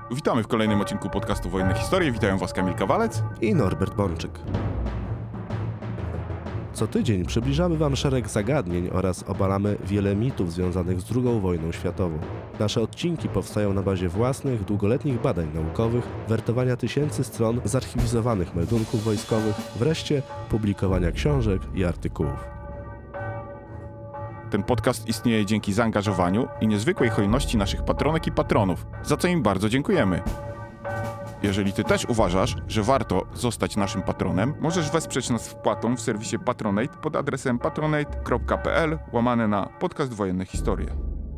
Witamy w kolejnym odcinku podcastu Wojenne Historie. Witają Was Kamil Kawalec i Norbert Bączyk. Co tydzień przybliżamy Wam szereg zagadnień oraz obalamy wiele mitów związanych z II wojną światową. Nasze odcinki powstają na bazie własnych, długoletnich badań naukowych, wertowania tysięcy stron zarchiwizowanych meldunków wojskowych, wreszcie publikowania książek i artykułów. Ten podcast istnieje dzięki zaangażowaniu i niezwykłej hojności naszych patronek i patronów, za co im bardzo dziękujemy. Jeżeli Ty też uważasz, że warto zostać naszym patronem, możesz wesprzeć nas wpłatą w serwisie Patronate pod adresem patronate.pl/podcast Wojenne Historie.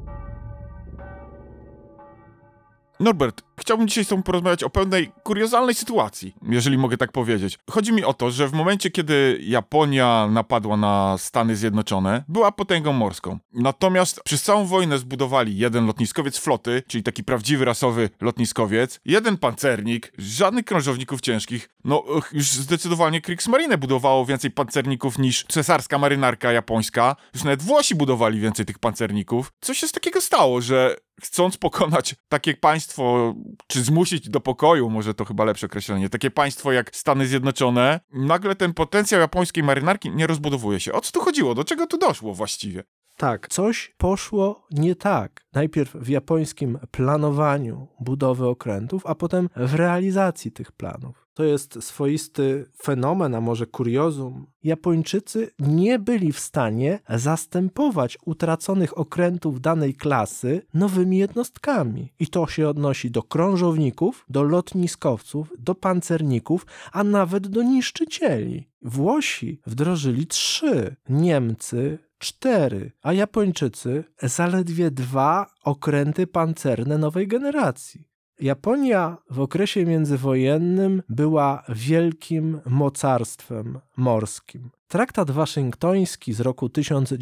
Norbert, chciałbym dzisiaj z Tobą porozmawiać o pewnej kuriozalnej sytuacji, jeżeli mogę tak powiedzieć. Chodzi mi o to, że w momencie, kiedy Japonia napadła na Stany Zjednoczone, była potęgą morską. Natomiast przez całą wojnę zbudowali jeden lotniskowiec floty, czyli taki prawdziwy rasowy lotniskowiec, jeden pancernik, żadnych krążowników ciężkich. No, już zdecydowanie Kriegsmarine budowało więcej pancerników niż cesarska marynarka japońska. Już nawet Włosi budowali więcej tych pancerników. Co się z takiego stało, że chcąc pokonać takie państwo, czy zmusić do pokoju, może to chyba lepsze określenie, takie państwo jak Stany Zjednoczone, nagle ten potencjał japońskiej marynarki nie rozbudowuje się. O co tu chodziło? Do czego tu doszło właściwie? Tak, coś poszło nie tak. Najpierw w japońskim planowaniu budowy okrętów, a potem w realizacji tych planów. To jest swoisty fenomen, a może kuriozum. Japończycy nie byli w stanie zastępować utraconych okrętów danej klasy nowymi jednostkami. I to się odnosi do krążowników, do lotniskowców, do pancerników, a nawet do niszczycieli. Włosi wdrożyli 3, Niemcy 4, a Japończycy zaledwie 2 okręty pancerne nowej generacji. Japonia w okresie międzywojennym była wielkim mocarstwem morskim. Traktat waszyngtoński z roku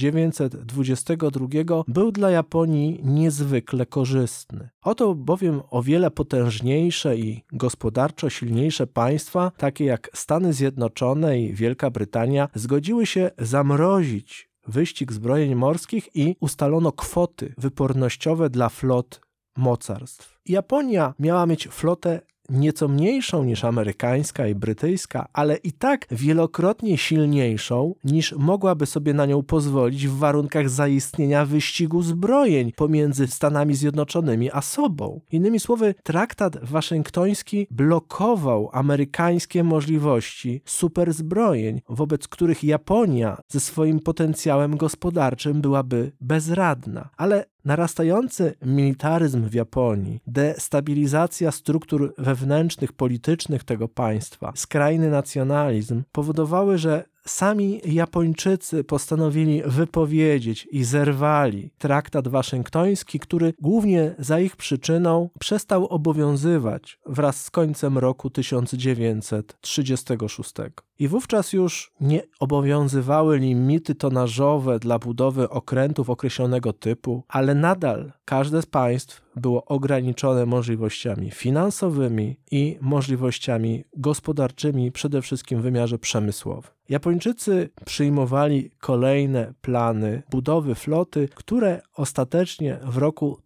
1922 był dla Japonii niezwykle korzystny. Oto bowiem o wiele potężniejsze i gospodarczo silniejsze państwa, takie jak Stany Zjednoczone i Wielka Brytania, zgodziły się zamrozić wyścig zbrojeń morskich i ustalono kwoty wypornościowe dla flot mocarstw. Japonia miała mieć flotę nieco mniejszą niż amerykańska i brytyjska, ale i tak wielokrotnie silniejszą niż mogłaby sobie na nią pozwolić w warunkach zaistnienia wyścigu zbrojeń pomiędzy Stanami Zjednoczonymi a sobą. Innymi słowy, traktat waszyngtoński blokował amerykańskie możliwości superzbrojeń, wobec których Japonia ze swoim potencjałem gospodarczym byłaby bezradna. Ale narastający militaryzm w Japonii, destabilizacja struktur wewnętrznych, politycznych tego państwa, skrajny nacjonalizm powodowały, że sami Japończycy postanowili wypowiedzieć i zerwali traktat waszyngtoński, który głównie za ich przyczyną przestał obowiązywać wraz z końcem roku 1936. I wówczas już nie obowiązywały limity tonażowe dla budowy okrętów określonego typu, ale nadal każde z państw było ograniczone możliwościami finansowymi i możliwościami gospodarczymi, przede wszystkim w wymiarze przemysłowym. Japończycy przyjmowali kolejne plany budowy floty, które ostatecznie w roku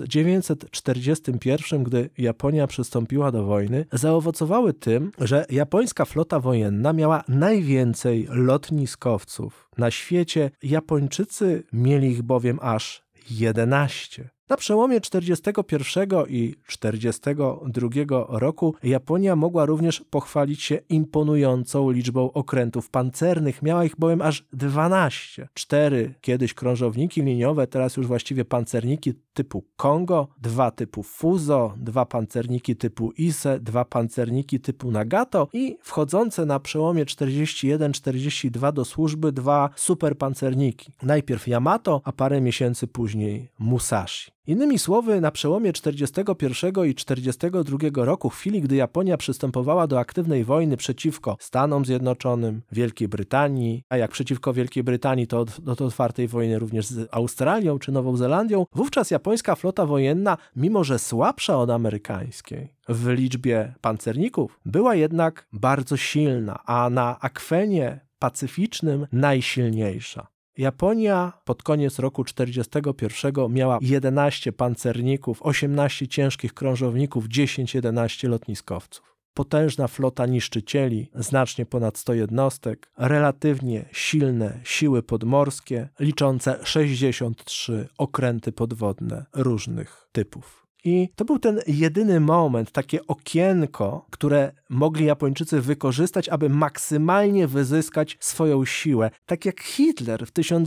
1941, gdy Japonia przystąpiła do wojny, zaowocowały tym, że japońska flota wojenna miała najwięcej lotniskowców na świecie. Japończycy mieli ich bowiem aż 11. Na przełomie 1941 i 1942 roku Japonia mogła również pochwalić się imponującą liczbą okrętów pancernych. Miała ich bowiem aż 12. 4 kiedyś krążowniki liniowe, teraz już właściwie pancerniki typu Kongo, 2 typu Fuso, 2 pancerniki typu Ise, 2 pancerniki typu Nagato i wchodzące na przełomie 41-42 do służby 2 superpancerniki. Najpierw Yamato, a parę miesięcy później Musashi. Innymi słowy, na przełomie 1941 i 1942 roku, w chwili gdy Japonia przystępowała do aktywnej wojny przeciwko Stanom Zjednoczonym, Wielkiej Brytanii, a jak przeciwko Wielkiej Brytanii, to do otwartej wojny również z Australią czy Nową Zelandią, wówczas japońska flota wojenna, mimo że słabsza od amerykańskiej w liczbie pancerników, była jednak bardzo silna, a na akwenie pacyficznym najsilniejsza. Japonia pod koniec roku 1941 miała 11 pancerników, 18 ciężkich krążowników, 10-11 lotniskowców. Potężna flota niszczycieli, znacznie ponad 100 jednostek, relatywnie silne siły podmorskie, liczące 63 okręty podwodne różnych typów. I to był ten jedyny moment, takie okienko, które mogli Japończycy wykorzystać, aby maksymalnie wyzyskać swoją siłę. Tak jak Hitler w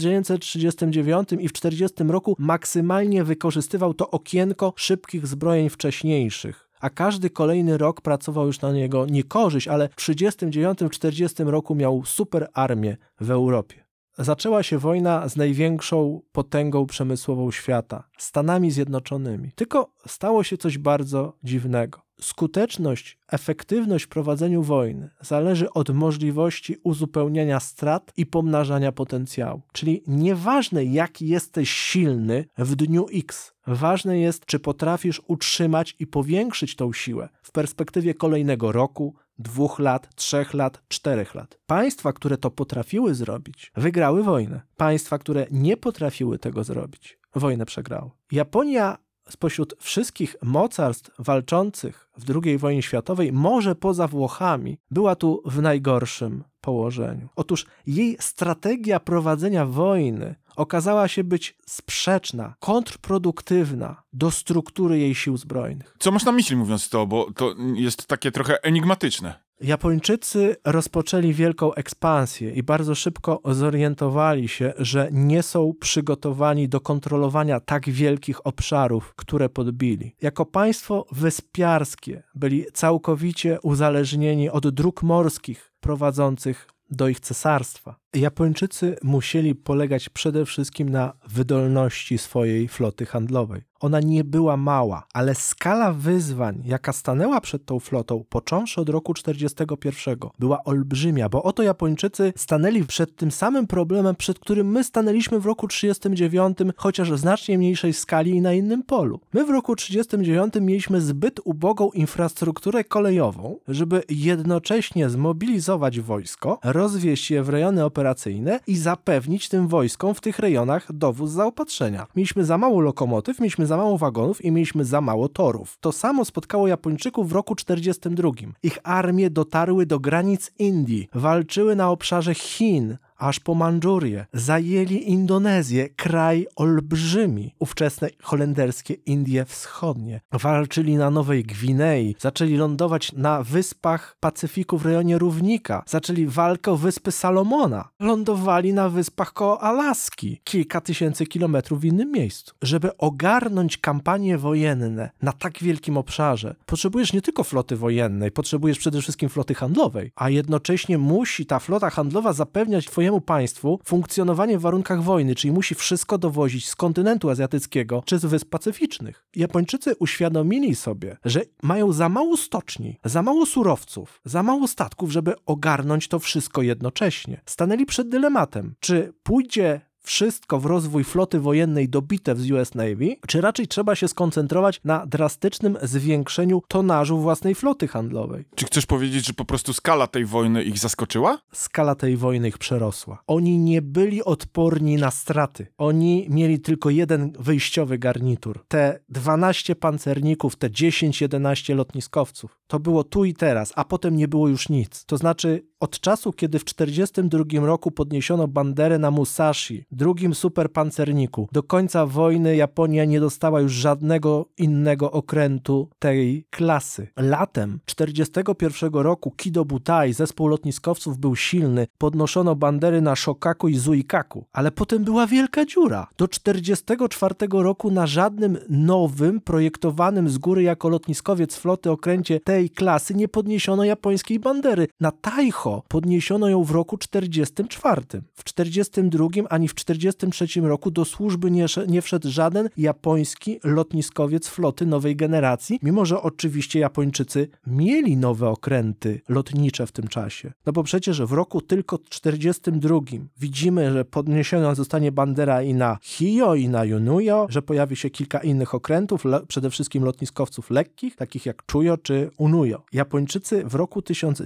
1939 i w 1940 roku maksymalnie wykorzystywał to okienko szybkich zbrojeń wcześniejszych. A każdy kolejny rok pracował już na niego niekorzyść, ale w 1939-1940 roku miał super armię w Europie. Zaczęła się wojna z największą potęgą przemysłową świata, Stanami Zjednoczonymi. Tylko stało się coś bardzo dziwnego. Skuteczność, efektywność w prowadzeniu wojny zależy od możliwości uzupełniania strat i pomnażania potencjału. Czyli nieważne, jak jesteś silny w dniu X, ważne jest, czy potrafisz utrzymać i powiększyć tą siłę w perspektywie kolejnego roku, 2 lat, 3 lat, 4 lat. Państwa, które to potrafiły zrobić, wygrały wojnę. Państwa, które nie potrafiły tego zrobić, wojnę przegrały. Japonia spośród wszystkich mocarstw walczących w II wojnie światowej, może poza Włochami, była tu w najgorszym położeniu. Otóż jej strategia prowadzenia wojny okazała się być sprzeczna, kontrproduktywna do struktury jej sił zbrojnych. Co masz na myśli, mówiąc to, bo to jest takie trochę enigmatyczne. Japończycy rozpoczęli wielką ekspansję i bardzo szybko zorientowali się, że nie są przygotowani do kontrolowania tak wielkich obszarów, które podbili. Jako państwo wyspiarskie byli całkowicie uzależnieni od dróg morskich prowadzących do ich cesarstwa. Japończycy musieli polegać przede wszystkim na wydolności swojej floty handlowej. Ona nie była mała, ale skala wyzwań, jaka stanęła przed tą flotą, począwszy od roku 1941, była olbrzymia, bo oto Japończycy stanęli przed tym samym problemem, przed którym my stanęliśmy w roku 1939, chociaż w znacznie mniejszej skali i na innym polu. My w roku 1939 mieliśmy zbyt ubogą infrastrukturę kolejową, żeby jednocześnie zmobilizować wojsko, rozwieźć je w rejony operacyjne i zapewnić tym wojskom w tych rejonach dowóz zaopatrzenia. Mieliśmy za mało lokomotyw, mieliśmy za mało wagonów i mieliśmy za mało torów. To samo spotkało Japończyków w roku 1942. Ich armie dotarły do granic Indii, walczyły na obszarze Chin, aż po Mandżurię. Zajęli Indonezję, kraj olbrzymi, ówczesne holenderskie Indie Wschodnie. Walczyli na Nowej Gwinei, zaczęli lądować na wyspach Pacyfiku w rejonie Równika, zaczęli walkę o wyspy Salomona, lądowali na wyspach koło Alaski, kilka tysięcy kilometrów w innym miejscu. Żeby ogarnąć kampanie wojenne na tak wielkim obszarze, potrzebujesz nie tylko floty wojennej, potrzebujesz przede wszystkim floty handlowej, a jednocześnie musi ta flota handlowa zapewniać twojemu państwu funkcjonowanie w warunkach wojny, czyli musi wszystko dowozić z kontynentu azjatyckiego czy z wysp pacyficznych. Japończycy uświadomili sobie, że mają za mało stoczni, za mało surowców, za mało statków, żeby ogarnąć to wszystko jednocześnie. Stanęli przed dylematem, czy pójdzie wszystko w rozwój floty wojennej do bitew z US Navy, czy raczej trzeba się skoncentrować na drastycznym zwiększeniu tonażu własnej floty handlowej. Czy chcesz powiedzieć, że po prostu skala tej wojny ich zaskoczyła? Skala tej wojny ich przerosła. Oni nie byli odporni na straty. Oni mieli tylko jeden wyjściowy garnitur. Te 12 pancerników, te 10-11 lotniskowców. To było tu i teraz, a potem nie było już nic. To znaczy od czasu, kiedy w 1942 roku podniesiono banderę na Musashi, drugim superpancerniku, do końca wojny Japonia nie dostała już żadnego innego okrętu tej klasy. Latem 1941 roku Kido Butai, zespół lotniskowców, był silny, podnoszono bandery na Shokaku i Zuikaku, ale potem była wielka dziura. Do 1944 roku na żadnym nowym, projektowanym z góry jako lotniskowiec floty okręcie tej klasy nie podniesiono japońskiej bandery. Na Taiho podniesiono ją w roku 1944. W 1942 ani w 1943 roku do służby nie wszedł żaden japoński lotniskowiec floty nowej generacji, mimo że oczywiście Japończycy mieli nowe okręty lotnicze w tym czasie. No bo przecież w roku tylko 1942 widzimy, że podniesiona zostanie bandera i na Hijo, i na Junuyo, że pojawi się kilka innych okrętów, przede wszystkim lotniskowców lekkich, takich jak Chuyo czy Unuyo. Japończycy w roku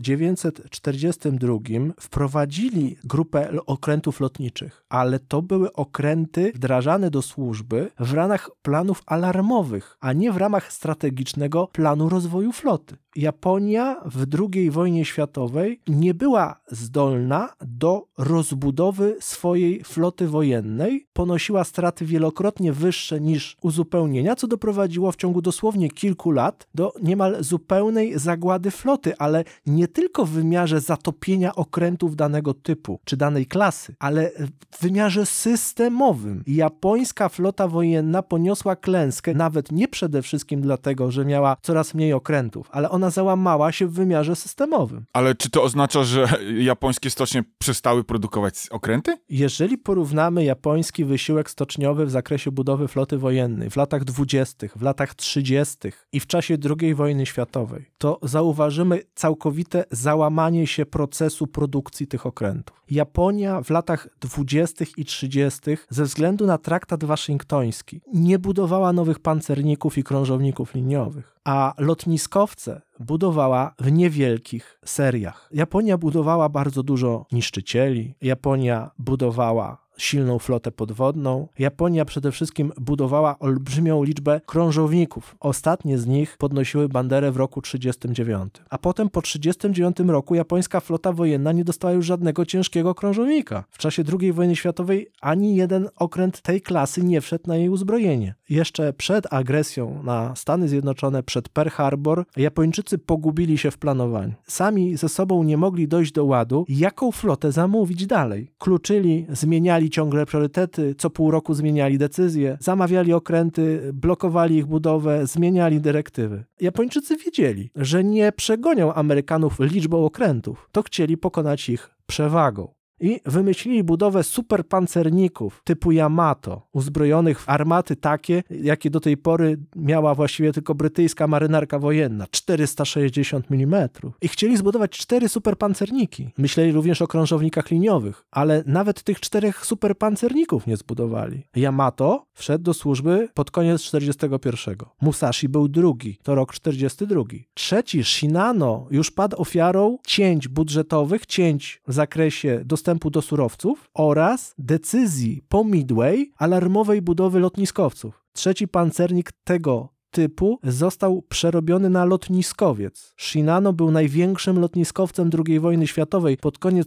1942 wprowadzili grupę okrętów lotniczych, ale to były okręty wdrażane do służby w ramach planów alarmowych, a nie w ramach strategicznego planu rozwoju floty. Japonia w II wojnie światowej nie była zdolna do rozbudowy swojej floty wojennej, ponosiła straty wielokrotnie wyższe niż uzupełnienia, co doprowadziło w ciągu dosłownie kilku lat do niemal zupełnej zagłady floty, ale nie tylko w wymiarze zatopienia okrętów danego typu czy danej klasy, ale w wymiarze systemowym. Japońska flota wojenna poniosła klęskę nawet nie przede wszystkim dlatego, że miała coraz mniej okrętów, ale ona załamała się w wymiarze systemowym. Ale czy to oznacza, że japońskie stocznie przestały produkować okręty? Jeżeli porównamy japoński wysiłek stoczniowy w zakresie budowy floty wojennej w latach 20., w latach 30. i w czasie II wojny światowej, to zauważymy całkowite załamanie się procesu produkcji tych okrętów. Japonia w latach 20. i 30. ze względu na traktat waszyngtoński nie budowała nowych pancerników i krążowników liniowych, a lotniskowce budowała w niewielkich seriach. Japonia budowała bardzo dużo niszczycieli, Japonia budowała silną flotę podwodną. Japonia przede wszystkim budowała olbrzymią liczbę krążowników. Ostatnie z nich podnosiły banderę w roku 1939. A potem po 1939 roku japońska flota wojenna nie dostała już żadnego ciężkiego krążownika. W czasie II wojny światowej ani jeden okręt tej klasy nie wszedł na jej uzbrojenie. Jeszcze przed agresją na Stany Zjednoczone, przed Pearl Harbor, Japończycy pogubili się w planowaniu. Sami ze sobą nie mogli dojść do ładu, jaką flotę zamówić dalej. Kluczyli, zmieniali ciągle priorytety, co pół roku zmieniali decyzje, zamawiali okręty, blokowali ich budowę, zmieniali dyrektywy. Japończycy wiedzieli, że nie przegonią Amerykanów liczbą okrętów, to chcieli pokonać ich przewagą. I wymyślili budowę superpancerników typu Yamato, uzbrojonych w armaty takie, jakie do tej pory miała właściwie tylko brytyjska marynarka wojenna, 460 mm. I chcieli zbudować 4 superpancerniki. Myśleli również o krążownikach liniowych, ale nawet tych 4 superpancerników nie zbudowali. Yamato wszedł do służby pod koniec 41. Musashi był drugi, to rok 42. Trzeci, Shinano, już padł ofiarą cięć budżetowych, cięć w zakresie dostępu do surowców oraz decyzji po Midway alarmowej budowy lotniskowców. Trzeci pancernik tego typu został przerobiony na lotniskowiec. Shinano był największym lotniskowcem II wojny światowej. Pod koniec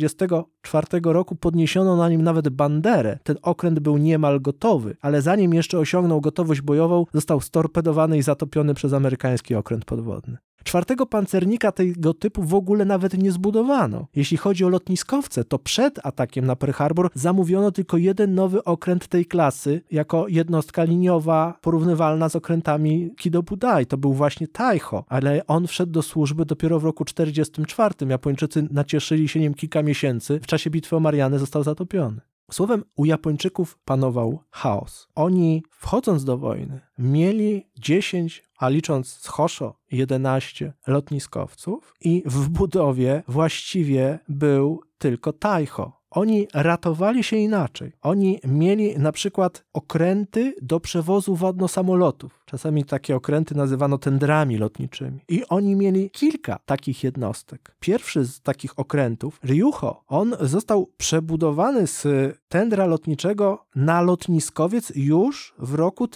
1944 roku podniesiono na nim nawet banderę. Ten okręt był niemal gotowy, ale zanim jeszcze osiągnął gotowość bojową, został storpedowany i zatopiony przez amerykański okręt podwodny. 4. pancernika tego typu w ogóle nawet nie zbudowano. Jeśli chodzi o lotniskowce, to przed atakiem na Pearl Harbor zamówiono tylko jeden nowy okręt tej klasy jako jednostka liniowa porównywalna z okrętami Kido Budai. To był właśnie Taiho, ale on wszedł do służby dopiero w roku 1944. Japończycy nacieszyli się nim kilka miesięcy. W czasie bitwy o Marianę został zatopiony. Słowem, u Japończyków panował chaos. Oni, wchodząc do wojny, mieli 10, a licząc z Hosho 11 lotniskowców i w budowie właściwie był tylko Taiho. Oni ratowali się inaczej. Oni mieli na przykład okręty do przewozu wodno-samolotów. Czasami takie okręty nazywano tendrami lotniczymi. I oni mieli kilka takich jednostek. Pierwszy z takich okrętów, Ryuho, on został przebudowany z tendra lotniczego na lotniskowiec już w roku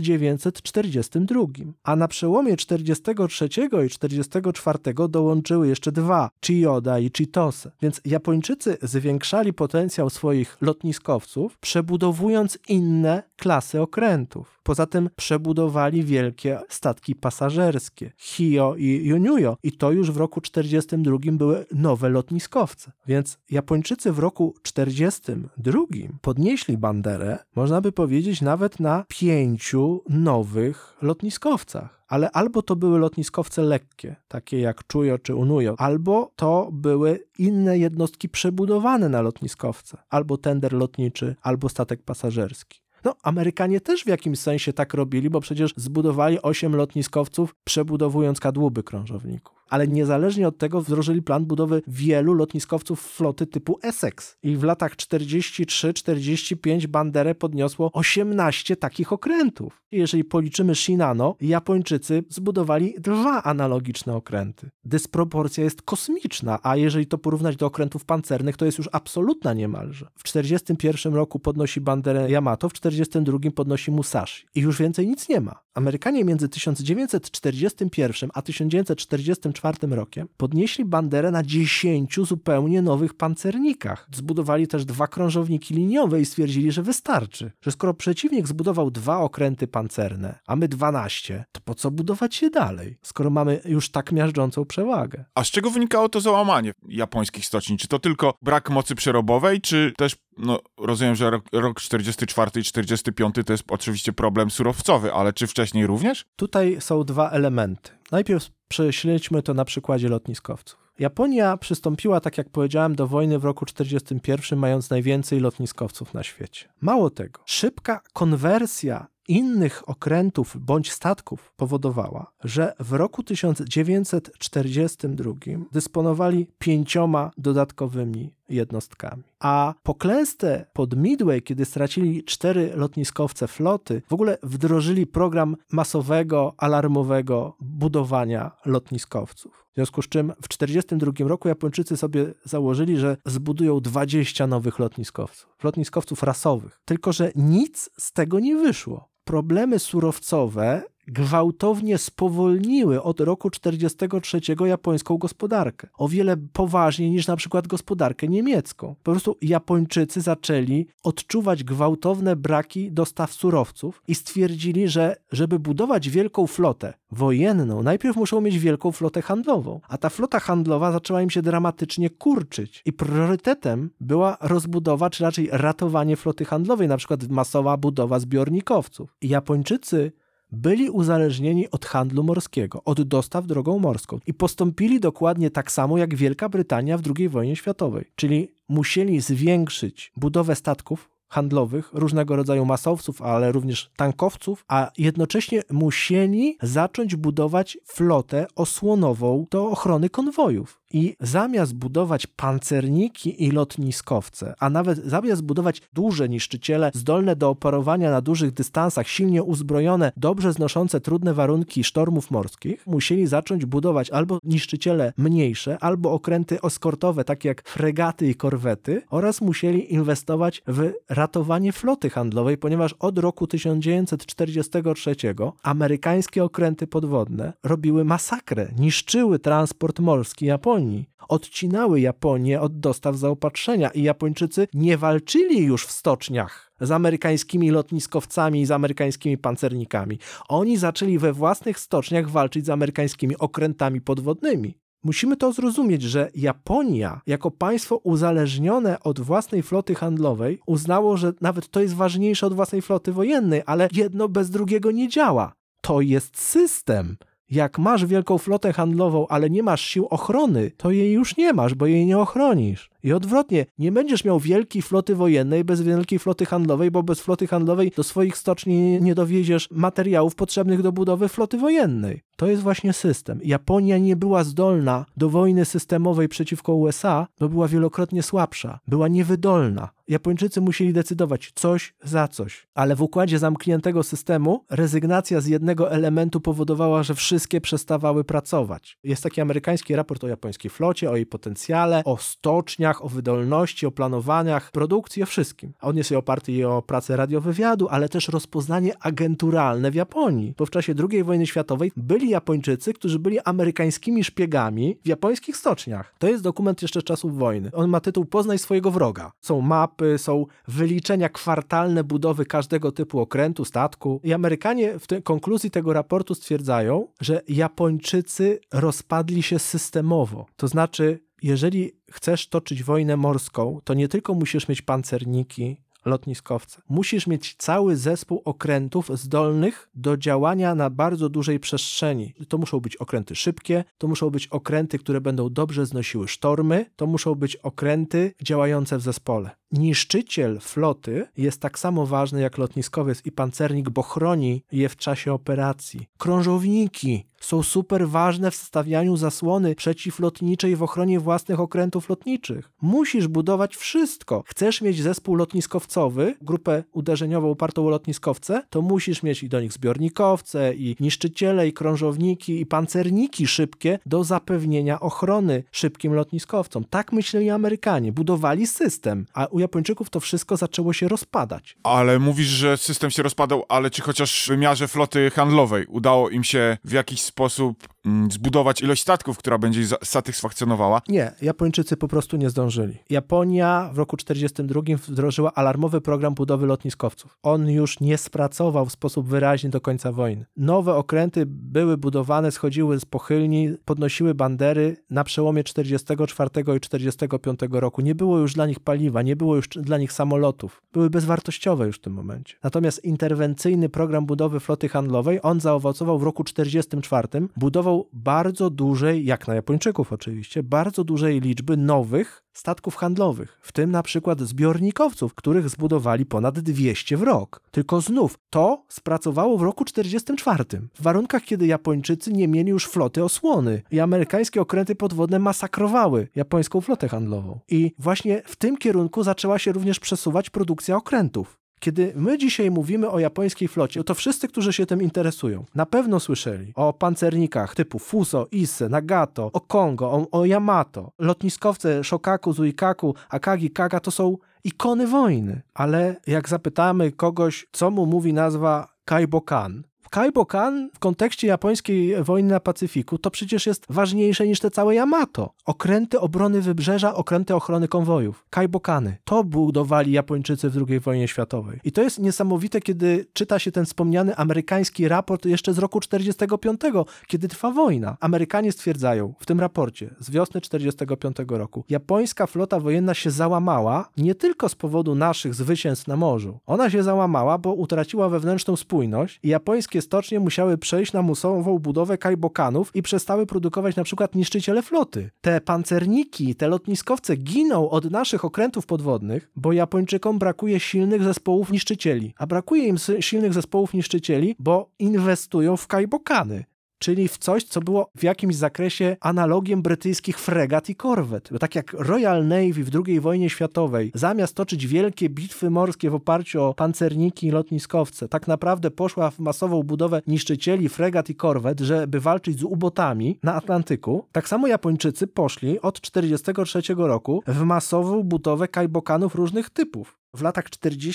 1942. A na przełomie 1943 i 1944 dołączyły jeszcze 2, Chiyoda i Chitose. Więc Japończycy zwiększali potencjał swoich lotniskowców, przebudowując inne klasy okrętów. Poza tym przebudowali wielkie statki pasażerskie, Hio i Unuyo. I to już w roku 1942 były nowe lotniskowce. Więc Japończycy w roku 1942 podnieśli banderę, można by powiedzieć, nawet na 5 nowych lotniskowcach. Ale albo to były lotniskowce lekkie, takie jak Chuyo czy Unuyo, albo to były inne jednostki przebudowane na lotniskowce, albo tender lotniczy, albo statek pasażerski. No, Amerykanie też w jakimś sensie tak robili, bo przecież zbudowali 8 lotniskowców, przebudowując kadłuby krążowników. Ale niezależnie od tego wdrożyli plan budowy wielu lotniskowców floty typu Essex. I w latach 43-45 Banderę podniosło 18 takich okrętów. Jeżeli policzymy Shinano, Japończycy zbudowali 2 analogiczne okręty. Dysproporcja jest kosmiczna, a jeżeli to porównać do okrętów pancernych, to jest już absolutna niemalże. W 41 roku podnosi Banderę Yamato, w 42 podnosi Musashi. I już więcej nic nie ma. Amerykanie między 1941 a 1944 rokiem podnieśli Banderę na 10 zupełnie nowych pancernikach. Zbudowali też 2 krążowniki liniowe i stwierdzili, że wystarczy. Że skoro przeciwnik zbudował 2 okręty pancerne, a my 12, to po co budować je dalej, skoro mamy już tak miażdżącą przewagę? A z czego wynikało to załamanie japońskich stoczni? Czy to tylko brak mocy przerobowej, czy też, rozumiem, że rok 44 i 45 to jest oczywiście problem surowcowy, ale czy wcześniej również? Tutaj są 2 elementy. Najpierw prześledźmy to na przykładzie lotniskowców. Japonia przystąpiła, tak jak powiedziałem, do wojny w roku 1941, mając najwięcej lotniskowców na świecie. Mało tego, szybka konwersja innych okrętów bądź statków powodowała, że w roku 1942 dysponowali 5 dodatkowymi jednostkami. A po klęsce pod Midway, kiedy stracili 4 lotniskowce floty, w ogóle wdrożyli program masowego, alarmowego budowania lotniskowców. W związku z czym w 1942 roku Japończycy sobie założyli, że zbudują 20 nowych lotniskowców rasowych. Tylko że nic z tego nie wyszło. Problemy surowcowe gwałtownie spowolniły od roku 1943 japońską gospodarkę. O wiele poważniej niż na przykład gospodarkę niemiecką. Po prostu Japończycy zaczęli odczuwać gwałtowne braki dostaw surowców i stwierdzili, że żeby budować wielką flotę wojenną, najpierw muszą mieć wielką flotę handlową. A ta flota handlowa zaczęła im się dramatycznie kurczyć. I priorytetem była rozbudowa, czy raczej ratowanie floty handlowej, na przykład masowa budowa zbiornikowców. I Japończycy byli uzależnieni od handlu morskiego, od dostaw drogą morską i postąpili dokładnie tak samo jak Wielka Brytania w II wojnie światowej, czyli musieli zwiększyć budowę statków handlowych, różnego rodzaju masowców, ale również tankowców, a jednocześnie musieli zacząć budować flotę osłonową do ochrony konwojów. I zamiast budować pancerniki i lotniskowce, a nawet zamiast budować duże niszczyciele zdolne do operowania na dużych dystansach, silnie uzbrojone, dobrze znoszące trudne warunki sztormów morskich, musieli zacząć budować albo niszczyciele mniejsze, albo okręty eskortowe, takie jak fregaty i korwety, oraz musieli inwestować w ratowanie floty handlowej, ponieważ od roku 1943 amerykańskie okręty podwodne robiły masakrę, niszczyły transport morski Japonii. Odcinały Japonię od dostaw zaopatrzenia i Japończycy nie walczyli już w stoczniach z amerykańskimi lotniskowcami i z amerykańskimi pancernikami. Oni zaczęli we własnych stoczniach walczyć z amerykańskimi okrętami podwodnymi. Musimy to zrozumieć, że Japonia, jako państwo uzależnione od własnej floty handlowej, uznało, że nawet to jest ważniejsze od własnej floty wojennej, ale jedno bez drugiego nie działa. To jest system. Jak masz wielką flotę handlową, ale nie masz sił ochrony, to jej już nie masz, bo jej nie ochronisz. I odwrotnie, nie będziesz miał wielkiej floty wojennej bez wielkiej floty handlowej, bo bez floty handlowej do swoich stoczni nie dowieziesz materiałów potrzebnych do budowy floty wojennej. To jest właśnie system. Japonia nie była zdolna do wojny systemowej przeciwko USA, bo była wielokrotnie słabsza. Była niewydolna. Japończycy musieli decydować coś za coś. Ale w układzie zamkniętego systemu rezygnacja z jednego elementu powodowała, że wszystkie przestawały pracować. Jest taki amerykański raport o japońskiej flocie, o jej potencjale, o stoczniach, o wydolności, o planowaniach, produkcji, o wszystkim. A on jest oparty o pracę radiowywiadu, ale też rozpoznanie agenturalne w Japonii. Bo w czasie II wojny światowej byli Japończycy, którzy byli amerykańskimi szpiegami w japońskich stoczniach. To jest dokument jeszcze z czasów wojny. On ma tytuł Poznaj swojego wroga. Są mapy, są wyliczenia kwartalne budowy każdego typu okrętu, statku. I Amerykanie w konkluzji tego raportu stwierdzają, że Japończycy rozpadli się systemowo. To znaczy, jeżeli chcesz toczyć wojnę morską, to nie tylko musisz mieć pancerniki, lotniskowce. Musisz mieć cały zespół okrętów zdolnych do działania na bardzo dużej przestrzeni. To muszą być okręty szybkie, to muszą być okręty, które będą dobrze znosiły sztormy, to muszą być okręty działające w zespole. niszczyciel floty jest tak samo ważny jak lotniskowiec i pancernik, bo chroni je w czasie operacji. Krążowniki są super ważne w stawianiu zasłony przeciwlotniczej w ochronie własnych okrętów lotniczych. Musisz budować wszystko. Chcesz mieć zespół lotniskowcowy, grupę uderzeniową opartą o lotniskowce, to musisz mieć i do nich zbiornikowce, i niszczyciele, i krążowniki, i pancerniki szybkie do zapewnienia ochrony szybkim lotniskowcom. Tak myśleli Amerykanie. Budowali system, a u Japończyków to wszystko zaczęło się rozpadać. Ale mówisz, że system się rozpadał, ale czy chociaż w wymiarze floty handlowej udało im się w jakiś sposób zbudować ilość statków, która będzie satysfakcjonowała? Nie, Japończycy po prostu nie zdążyli. Japonia w roku 1942 wdrożyła alarmowy program budowy lotniskowców. On już nie spracował w sposób wyraźny do końca wojny. Nowe okręty były budowane, schodziły z pochylni, podnosiły bandery na przełomie 1944 i 1945 roku. Nie było już dla nich paliwa, nie było już dla nich samolotów. Były bezwartościowe już w tym momencie. Natomiast interwencyjny program budowy floty handlowej, on zaowocował w roku 1944, budował bardzo dużej, jak na Japończyków oczywiście, bardzo dużej liczby nowych statków handlowych, w tym na przykład zbiornikowców, których zbudowali ponad 200 w rok. Tylko znów to spracowało w roku 1944, w warunkach, kiedy Japończycy nie mieli już floty osłony i amerykańskie okręty podwodne masakrowały japońską flotę handlową. I właśnie w tym kierunku zaczęła się również przesuwać produkcja okrętów. Kiedy my dzisiaj mówimy o japońskiej flocie, to wszyscy, którzy się tym interesują, na pewno słyszeli o pancernikach typu Fuso, Ise, Nagato, o Kongo, o Yamato. Lotniskowce Shokaku, Zuikaku, Akagi, Kaga to są ikony wojny. Ale jak zapytamy kogoś, co mu mówi nazwa Kaibokan, Kaibokan w kontekście japońskiej wojny na Pacyfiku to przecież jest ważniejsze niż te całe Yamato. Okręty obrony wybrzeża, okręty ochrony konwojów. Kaibokany. To budowali Japończycy w II wojnie światowej. I to jest niesamowite, kiedy czyta się ten wspomniany amerykański raport jeszcze z roku 1945, kiedy trwa wojna. Amerykanie stwierdzają w tym raporcie z wiosny 1945 roku, japońska flota wojenna się załamała nie tylko z powodu naszych zwycięstw na morzu. Ona się załamała, bo utraciła wewnętrzną spójność i japońskie stocznie musiały przejść na musową budowę kaibokanów i przestały produkować na przykład niszczyciele floty. Te pancerniki, te lotniskowce giną od naszych okrętów podwodnych, bo Japończykom brakuje silnych zespołów niszczycieli. A brakuje im silnych zespołów niszczycieli, bo inwestują w kaibokany. Czyli w coś, co było w jakimś zakresie analogiem brytyjskich fregat i korwet. Bo tak jak Royal Navy w II wojnie światowej, zamiast toczyć wielkie bitwy morskie w oparciu o pancerniki i lotniskowce, tak naprawdę poszła w masową budowę niszczycieli, fregat i korwet, żeby walczyć z U-botami na Atlantyku, tak samo Japończycy poszli od 1943 roku w masową budowę kaibokanów różnych typów. W latach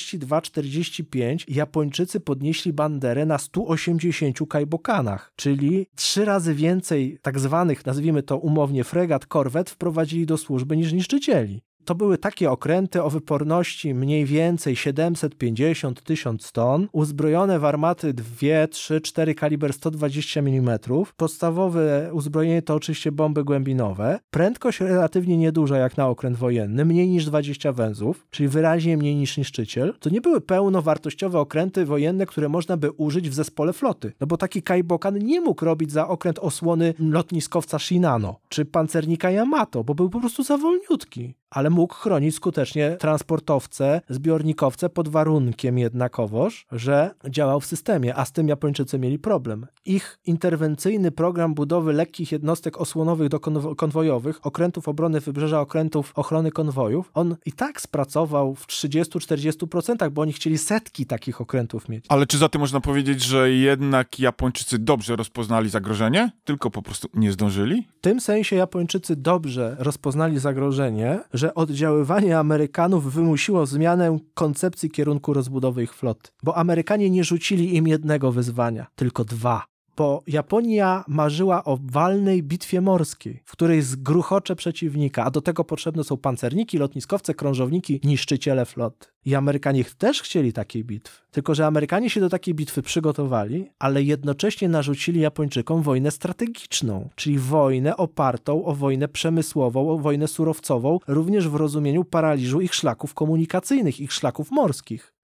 42-45 Japończycy podnieśli banderę na 180 kaibokanach, czyli 3 razy więcej tak zwanych, nazwijmy to umownie, fregat, korwet wprowadzili do służby niż niszczycieli. To były takie okręty o wyporności mniej więcej 750-1000 ton, uzbrojone w armaty 2, 3, 4 kaliber 120 mm. Podstawowe uzbrojenie to oczywiście bomby głębinowe. Prędkość relatywnie nieduża jak na okręt wojenny, mniej niż 20 węzłów, czyli wyraźnie mniej niż niszczyciel. To nie były pełnowartościowe okręty wojenne, które można by użyć w zespole floty. No bo taki kaibokan nie mógł robić za okręt osłony lotniskowca Shinano czy pancernika Yamato, bo był po prostu za wolniutki. Ale mógł chronić skutecznie transportowce, zbiornikowce pod warunkiem jednakowoż, że działał w systemie, a z tym Japończycy mieli problem. Ich interwencyjny program budowy lekkich jednostek osłonowych do konwojowych, okrętów obrony wybrzeża, okrętów ochrony konwojów, on i tak spracował w 30-40%, bo oni chcieli setki takich okrętów mieć. Ale czy za tym można powiedzieć, że jednak Japończycy dobrze rozpoznali zagrożenie, tylko po prostu nie zdążyli? W tym sensie Japończycy dobrze rozpoznali zagrożenie, że oddziaływanie Amerykanów wymusiło zmianę koncepcji kierunku rozbudowy ich floty. Bo Amerykanie nie rzucili im jednego wyzwania, tylko 2. Bo Japonia marzyła o walnej bitwie morskiej, w której zgruchocze przeciwnika, a do tego potrzebne są pancerniki, lotniskowce, krążowniki, niszczyciele floty. I Amerykanie też chcieli takiej bitwy. Tylko że Amerykanie się do takiej bitwy przygotowali, ale jednocześnie narzucili Japończykom wojnę strategiczną, czyli wojnę opartą o wojnę przemysłową, o wojnę surowcową, również w rozumieniu paraliżu ich szlaków komunikacyjnych, ich szlaków morskich.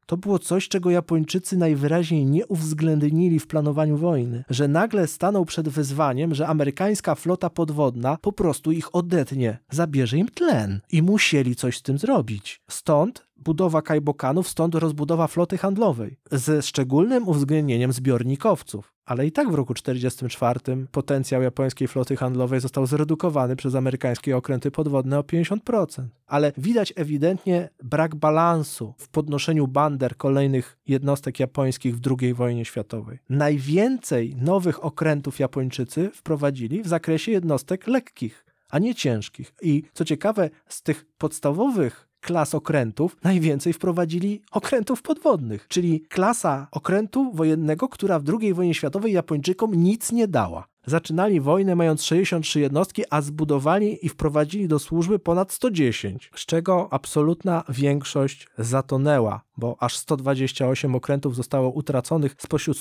To było coś, czego Japończycy najwyraźniej nie uwzględnili w planowaniu wojny, że nagle stanął przed wyzwaniem, że amerykańska flota podwodna po prostu ich odetnie, zabierze im tlen i musieli coś z tym zrobić. Stąd budowa kajbokanów, stąd rozbudowa floty handlowej, ze szczególnym uwzględnieniem zbiornikowców. Ale i tak w roku 1944 potencjał japońskiej floty handlowej został zredukowany przez amerykańskie okręty podwodne o 50%. Ale widać ewidentnie brak balansu w podnoszeniu bander kolejnych jednostek japońskich w II wojnie światowej. Najwięcej nowych okrętów Japończycy wprowadzili w zakresie jednostek lekkich, a nie ciężkich. I co ciekawe, z tych podstawowych klas okrętów najwięcej wprowadzili okrętów podwodnych, czyli klasa okrętu wojennego, która w II wojnie światowej Japończykom nic nie dała. Zaczynali wojnę mając 63 jednostki, a zbudowali i wprowadzili do służby ponad 110, z czego absolutna większość zatonęła, bo aż 128 okrętów zostało utraconych spośród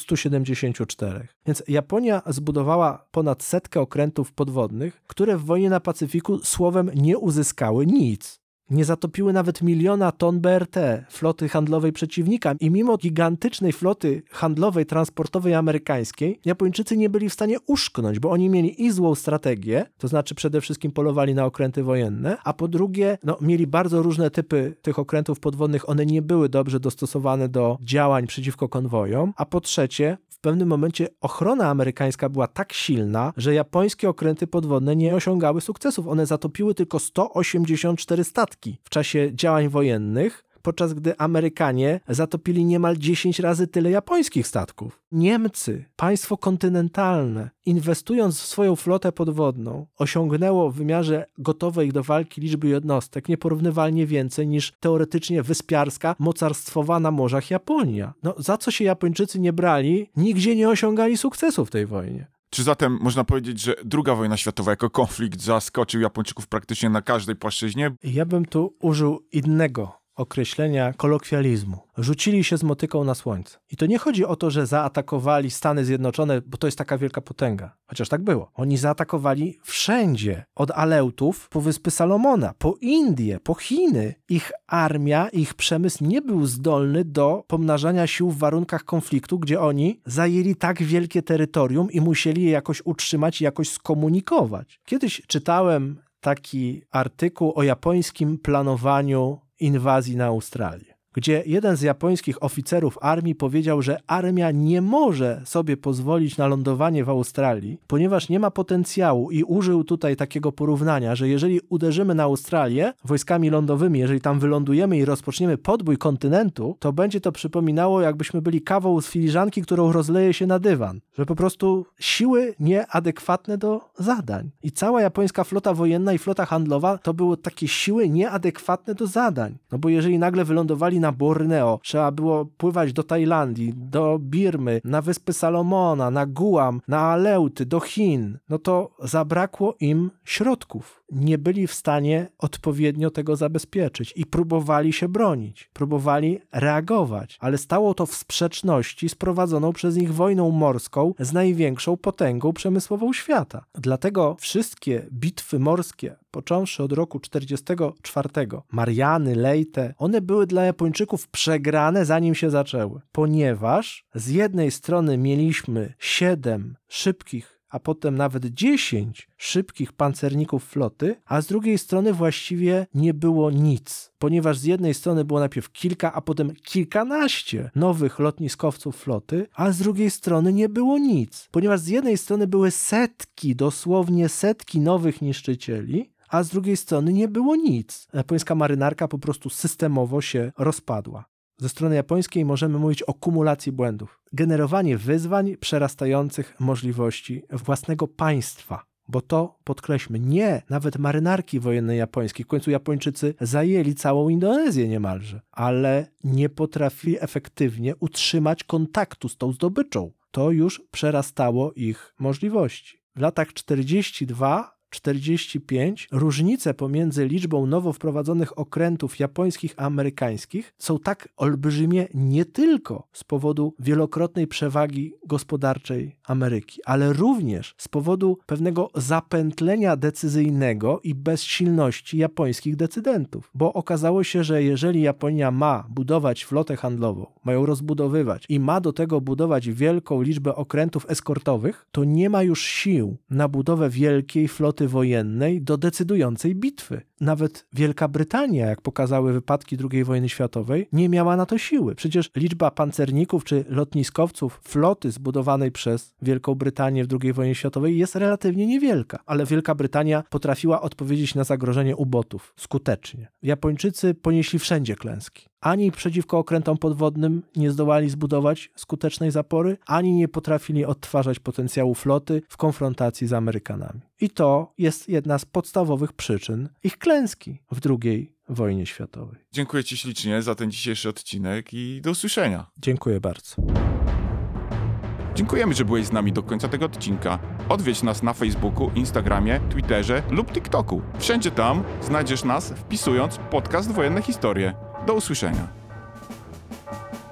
174. Więc Japonia zbudowała ponad 100 okrętów podwodnych, które w wojnie na Pacyfiku słowem nie uzyskały nic. Nie zatopiły nawet 1 000 000 ton BRT, floty handlowej przeciwnika, i mimo gigantycznej floty handlowej, transportowej amerykańskiej, Japończycy nie byli w stanie uszknąć, bo oni mieli i złą strategię, to znaczy przede wszystkim polowali na okręty wojenne, a po drugie, mieli bardzo różne typy tych okrętów podwodnych, one nie były dobrze dostosowane do działań przeciwko konwojom, a po trzecie, w pewnym momencie ochrona amerykańska była tak silna, że japońskie okręty podwodne nie osiągały sukcesów. One zatopiły tylko 184 statki w czasie działań wojennych, podczas gdy Amerykanie zatopili niemal 10 razy tyle japońskich statków. Niemcy, państwo kontynentalne, inwestując w swoją flotę podwodną, osiągnęło w wymiarze gotowej do walki liczby jednostek nieporównywalnie więcej niż teoretycznie wyspiarska, mocarstwowa na morzach Japonia. Za co się Japończycy nie brali, nigdzie nie osiągali sukcesu w tej wojnie. Czy zatem można powiedzieć, że II wojna światowa jako konflikt zaskoczył Japończyków praktycznie na każdej płaszczyźnie? Ja bym tu użył innego określenia, kolokwializmu. Rzucili się z motyką na słońce. I to nie chodzi o to, że zaatakowali Stany Zjednoczone, bo to jest taka wielka potęga. Chociaż tak było. Oni zaatakowali wszędzie. Od Aleutów po Wyspy Salomona, po Indie, po Chiny. Ich armia, ich przemysł nie był zdolny do pomnażania sił w warunkach konfliktu, gdzie oni zajęli tak wielkie terytorium i musieli je jakoś utrzymać i jakoś skomunikować. Kiedyś czytałem taki artykuł o japońskim planowaniu inwazji na Australię, gdzie jeden z japońskich oficerów armii powiedział, że armia nie może sobie pozwolić na lądowanie w Australii, ponieważ nie ma potencjału, i użył tutaj takiego porównania, że jeżeli uderzymy na Australię wojskami lądowymi, jeżeli tam wylądujemy i rozpoczniemy podbój kontynentu, to będzie to przypominało, jakbyśmy byli kawą z filiżanki, którą rozleje się na dywan. Że po prostu siły nieadekwatne do zadań. I cała japońska flota wojenna i flota handlowa to były takie siły nieadekwatne do zadań. Bo jeżeli nagle wylądowali na Borneo, trzeba było pływać do Tajlandii, do Birmy, na Wyspy Salomona, na Guam, na Aleuty, do Chin, to zabrakło im środków. Nie byli w stanie odpowiednio tego zabezpieczyć i próbowali się bronić, próbowali reagować, ale stało to w sprzeczności z prowadzoną przez nich wojną morską z największą potęgą przemysłową świata. Dlatego wszystkie bitwy morskie, począwszy od roku 1944, Mariany, Leyte, one były dla Japończyków przegrane, zanim się zaczęły, ponieważ z jednej strony mieliśmy 7 szybkich, a potem nawet 10 szybkich pancerników floty, a z drugiej strony właściwie nie było nic, ponieważ z jednej strony było najpierw kilka, a potem kilkanaście nowych lotniskowców floty, a z drugiej strony nie było nic, ponieważ z jednej strony były setki, dosłownie setki nowych niszczycieli, a z drugiej strony nie było nic. Japońska marynarka po prostu systemowo się rozpadła. Ze strony japońskiej możemy mówić o kumulacji błędów. Generowanie wyzwań przerastających możliwości własnego państwa. Bo to, podkreślmy, nie nawet marynarki wojennej japońskiej. W końcu Japończycy zajęli całą Indonezję niemalże, ale nie potrafili efektywnie utrzymać kontaktu z tą zdobyczą. To już przerastało ich możliwości. W latach 42 45 różnice pomiędzy liczbą nowo wprowadzonych okrętów japońskich a amerykańskich są tak olbrzymie nie tylko z powodu wielokrotnej przewagi gospodarczej Ameryki, ale również z powodu pewnego zapętlenia decyzyjnego i bezsilności japońskich decydentów. Bo okazało się, że jeżeli Japonia ma budować flotę handlową, ma ją rozbudowywać i ma do tego budować wielką liczbę okrętów eskortowych, to nie ma już sił na budowę wielkiej floty wojennej do decydującej bitwy. Nawet Wielka Brytania, jak pokazały wypadki II wojny światowej, nie miała na to siły. Przecież liczba pancerników czy lotniskowców floty zbudowanej przez Wielką Brytanię w II wojnie światowej jest relatywnie niewielka, ale Wielka Brytania potrafiła odpowiedzieć na zagrożenie ubotów skutecznie. Japończycy ponieśli wszędzie klęski. Ani przeciwko okrętom podwodnym nie zdołali zbudować skutecznej zapory, ani nie potrafili odtwarzać potencjału floty w konfrontacji z Amerykanami. I to jest jedna z podstawowych przyczyn ich klęski w II wojnie światowej. Dziękuję Ci ślicznie za ten dzisiejszy odcinek i do usłyszenia. Dziękuję bardzo. Dziękujemy, że byłeś z nami do końca tego odcinka. Odwiedź nas na Facebooku, Instagramie, Twitterze lub TikToku. Wszędzie tam znajdziesz nas, wpisując podcast Wojenne Historie. Do usłyszenia.